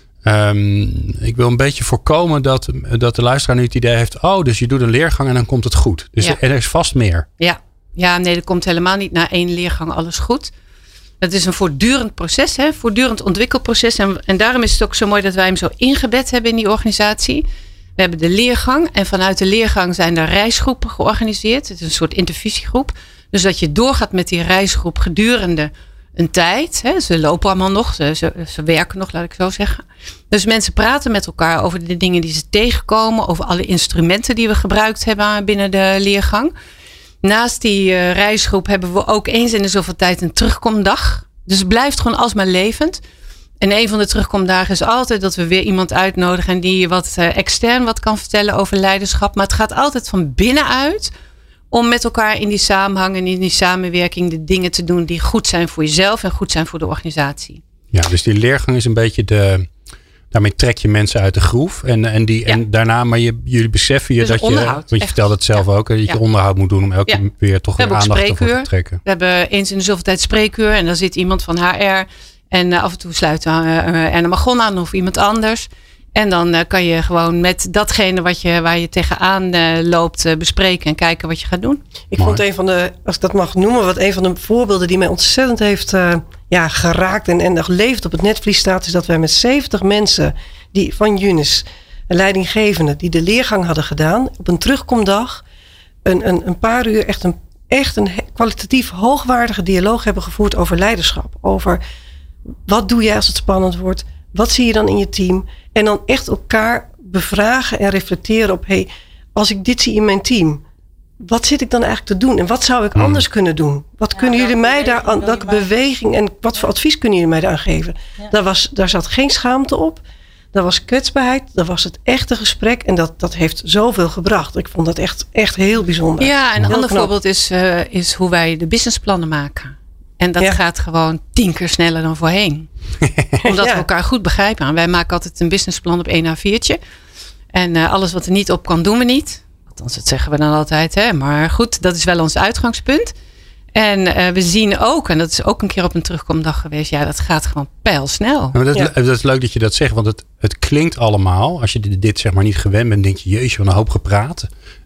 Um, ik wil een beetje voorkomen dat, dat de luisteraar nu het idee heeft, oh, dus je doet een leergang en dan komt het goed. Dus ja. er is vast meer. Ja. ja, nee, er komt helemaal niet na één leergang alles goed. Het is een voortdurend proces, hè? Voortdurend ontwikkelproces. En, en daarom is het ook zo mooi dat wij hem zo ingebed hebben in die organisatie. We hebben de leergang en vanuit de leergang zijn er reisgroepen georganiseerd. Het is een soort intervisiegroep. Dus dat je doorgaat met die reisgroep gedurende een tijd. Hè. Ze lopen allemaal nog, ze, ze, ze werken nog, laat ik zo zeggen. Dus mensen praten met elkaar over de dingen die ze tegenkomen. Over alle instrumenten die we gebruikt hebben binnen de leergang. Naast die uh, reisgroep hebben we ook eens in de zoveel tijd een terugkomdag. Dus het blijft gewoon alsmaar levend. En een van de terugkomdagen is altijd dat we weer iemand uitnodigen en die wat uh, extern wat kan vertellen over leiderschap. Maar het gaat altijd van binnenuit om met elkaar in die samenhang en in die samenwerking de dingen te doen die goed zijn voor jezelf en goed zijn voor de organisatie. Ja, dus die leergang is een beetje de, daarmee trek je mensen uit de groef. En, en, die, ja. en daarna, maar je, jullie beseffen je dus dat je, want je echt. vertelde het zelf ja. ook, dat je ja. onderhoud moet doen om elke keer ja. weer toch weer aandacht ervoor te trekken. We hebben eens in de zoveel tijd spreekuur en dan zit iemand van H R en uh, af en toe sluit uh, uh, Erne Magon aan of iemand anders. En dan uh, kan je gewoon met datgene wat je, waar je tegenaan uh, loopt uh, bespreken en kijken wat je gaat doen. Ik Mooi. vond een van de, als ik dat mag noemen, wat een van de voorbeelden die mij ontzettend heeft uh, ja, geraakt en, en nog leeft op het netvlies staat, is dat wij met zeventig mensen die van Younes, leidinggevenden, die de leergang hadden gedaan, op een terugkomdag een, een, een paar uur echt een, echt een kwalitatief hoogwaardige dialoog hebben gevoerd over leiderschap. Over wat doe jij als het spannend wordt? Wat zie je dan in je team? En dan echt elkaar bevragen en reflecteren op, hey, als ik dit zie in mijn team, wat zit ik dan eigenlijk te doen? En wat zou ik hmm. anders kunnen doen? Wat ja, kunnen jullie mij daar aan, welke beweging en wat voor advies kunnen jullie mij daar geven? Ja. Daar, was, daar zat geen schaamte op. Daar was kwetsbaarheid. Daar was het echte gesprek. En dat, dat heeft zoveel gebracht. Ik vond dat echt, echt heel bijzonder. Ja, en een heel ander knap. voorbeeld is, uh, is hoe wij de businessplannen maken. En dat ja. gaat gewoon tien keer sneller dan voorheen. Omdat ja. we elkaar goed begrijpen. En wij maken altijd een businessplan op één A viertje. En uh, alles wat er niet op kan, doen we niet. Althans, dat zeggen we dan altijd. Hè? Maar goed, dat is wel ons uitgangspunt. En uh, we zien ook, en dat is ook een keer op een terugkomdag geweest. Ja, dat gaat gewoon pijlsnel. Maar dat, ja. dat is leuk dat je dat zegt. Want het, het klinkt allemaal. Als je dit, dit zeg maar niet gewend bent, denk je, jeetje, wat een hoop gepraat.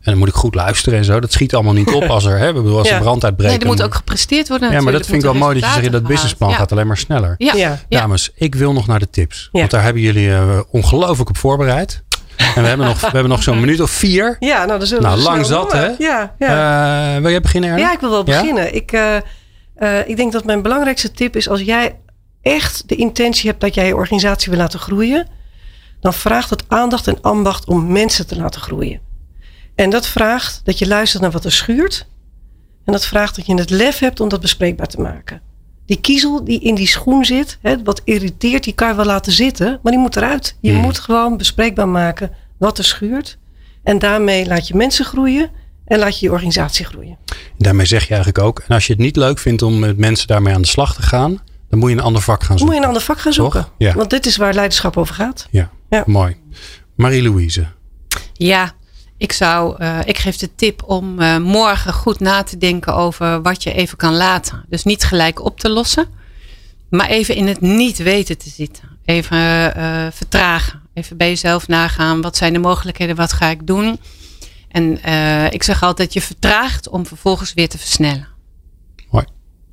En dan moet ik goed luisteren en zo. Dat schiet allemaal niet op als er, hè, bedoel, als Ja. er brand uitbreekt. Nee, er moet dan- ook gepresteerd worden Ja, maar dat natuurlijk. vind ik wel mooi dat je Moeten zegt, dat resultaten businessplan gehaald. gaat alleen maar sneller. Ja, ja. Ja. ja. Dames, ik wil nog naar de tips. Ja. Want daar hebben jullie uh, ongelooflijk op voorbereid. En we hebben nog, we hebben nog zo'n minuut of vier. Ja, nou, dan zullen Nou, we lang snel zat, door. hè? Ja, ja. Uh, wil jij beginnen, Erna? Ja, ik wil wel Ja? beginnen. Ik, uh, uh, ik denk dat mijn belangrijkste tip is... als jij echt de intentie hebt dat jij je organisatie wil laten groeien... dan vraagt het aandacht en ambacht om mensen te laten groeien. En dat vraagt dat je luistert naar wat er schuurt. En dat vraagt dat je het lef hebt om dat bespreekbaar te maken. Die kiezel die in die schoen zit, hè, wat irriteert, die kan je wel laten zitten... maar die moet eruit. Je Hmm. moet gewoon bespreekbaar maken wat er schuurt. En daarmee laat je mensen groeien... en laat je je organisatie groeien. Daarmee zeg je eigenlijk ook. En als je het niet leuk vindt om met mensen daarmee aan de slag te gaan... dan moet je een ander vak gaan Dan zoeken. moet je een ander vak gaan zoeken. Toch? Ja. Want dit is waar leiderschap over gaat. Ja, Ja. mooi. Marie-Louise. Ja, ik zou, uh, ik geef de tip om uh, morgen goed na te denken over wat je even kan laten. Dus niet gelijk op te lossen, maar even in het niet weten te zitten. Even uh, vertragen. Even bij jezelf nagaan. Wat zijn de mogelijkheden? Wat ga ik doen? En uh, ik zeg altijd, je vertraagt om vervolgens weer te versnellen. Mooi.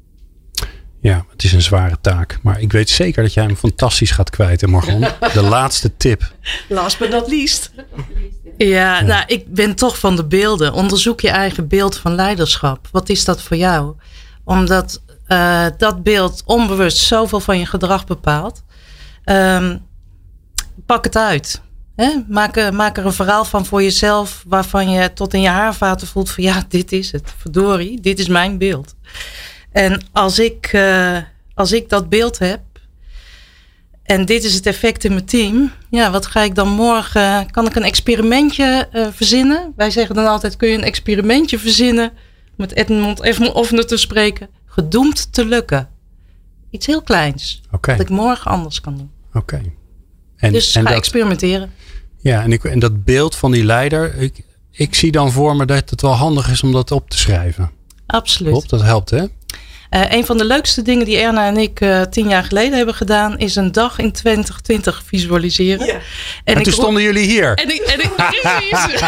Ja, het is een zware taak. Maar ik weet zeker dat jij hem fantastisch gaat kwijt, hè, Margon. De laatste tip. Last but not least. Ja, Ja. nou, ik ben toch van de beelden. Onderzoek je eigen beeld van leiderschap. Wat is dat voor jou? Omdat uh, dat beeld onbewust zoveel van je gedrag bepaalt. Um, pak het uit. Hè? Maak, er, maak er een verhaal van voor jezelf... waarvan je tot in je haarvaten voelt van... ja, dit is het. Verdorie, dit is mijn beeld. En als ik, uh, als ik dat beeld heb... en dit is het effect in mijn team... ja, wat ga ik dan morgen... kan ik een experimentje uh, verzinnen? Wij zeggen dan altijd... kun je een experimentje verzinnen... met Edmond Offner te spreken... gedoemd te lukken. Iets heel kleins. Oké. Okay. Dat ik morgen anders kan doen. Oké. Okay. En, dus en ga dat, experimenteren. Ja, en, ik, en dat beeld van die leider... Ik, ik zie dan voor me dat het wel handig is om dat op te schrijven. Absoluut. Klopt, dat helpt, hè? Uh, een van de leukste dingen die Erna en ik uh, tien jaar geleden hebben gedaan... is een dag in twintig twintig visualiseren. Ja. En, en toen stonden jullie hier. En ik, en ik, precies.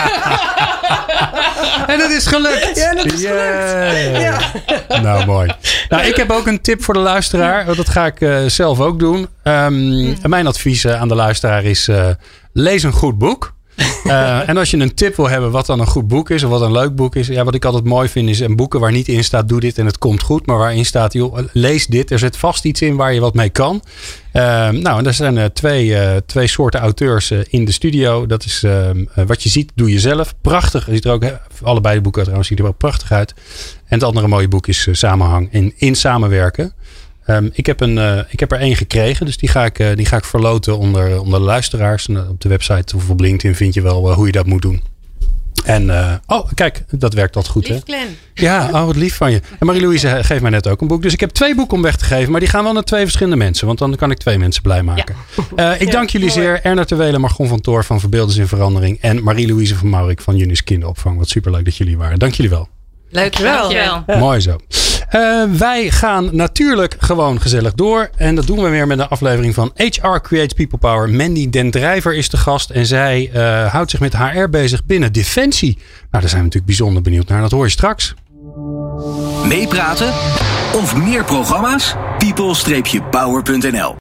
En het is gelukt. Ja, dat is yeah. gelukt. Ja. Nou, mooi. Nou, ik heb ook een tip voor de luisteraar. Dat ga ik uh, zelf ook doen. Um, mm. Mijn advies uh, aan de luisteraar is... Uh, lees een goed boek. Uh, en als je een tip wil hebben wat dan een goed boek is... of wat een leuk boek is... Ja, wat ik altijd mooi vind is een boeken waar niet in staat... doe dit en het komt goed. Maar waarin staat, joh, lees dit. Er zit vast iets in waar je wat mee kan. Uh, nou, en er zijn uh, twee, uh, twee soorten auteurs uh, in de studio. Dat is uh, uh, Wat je ziet, doe je zelf. Prachtig. Het ziet er ook, he, allebei de boeken trouwens zien er wel prachtig uit. En het andere mooie boek is uh, Samenhang en In Samenwerken. Um, ik, heb een, uh, ik heb er één gekregen, dus die ga ik, uh, die ga ik verloten onder, onder de luisteraars. En, uh, op de website of op LinkedIn vind je wel uh, hoe je dat moet doen. En, uh, oh, kijk, dat werkt altijd goed, lief, hè? Glenn. Ja, oh, wat lief van je. En Marie-Louise geeft mij net ook een boek. Dus ik heb twee boeken om weg te geven, maar die gaan wel naar twee verschillende mensen. Want dan kan ik twee mensen blij maken. Ja. Uh, ik dank jullie zeer. Erna Terwelen, Margon van Toor van Verbeelders in Verandering. En Marie-Louise van Maurik van Junis Kinderopvang. Wat superleuk dat jullie waren. Dank jullie wel. Leuk wel. Ja. Mooi zo. Uh, wij gaan natuurlijk gewoon gezellig door. En dat doen we weer met een aflevering van H R Creates People Power. Mandy Den Drijver is de gast. En zij uh, houdt zich met H R bezig binnen Defensie. Nou, daar zijn we natuurlijk bijzonder benieuwd naar. Dat hoor je straks. Meepraten of meer programma's? people dash power punt n l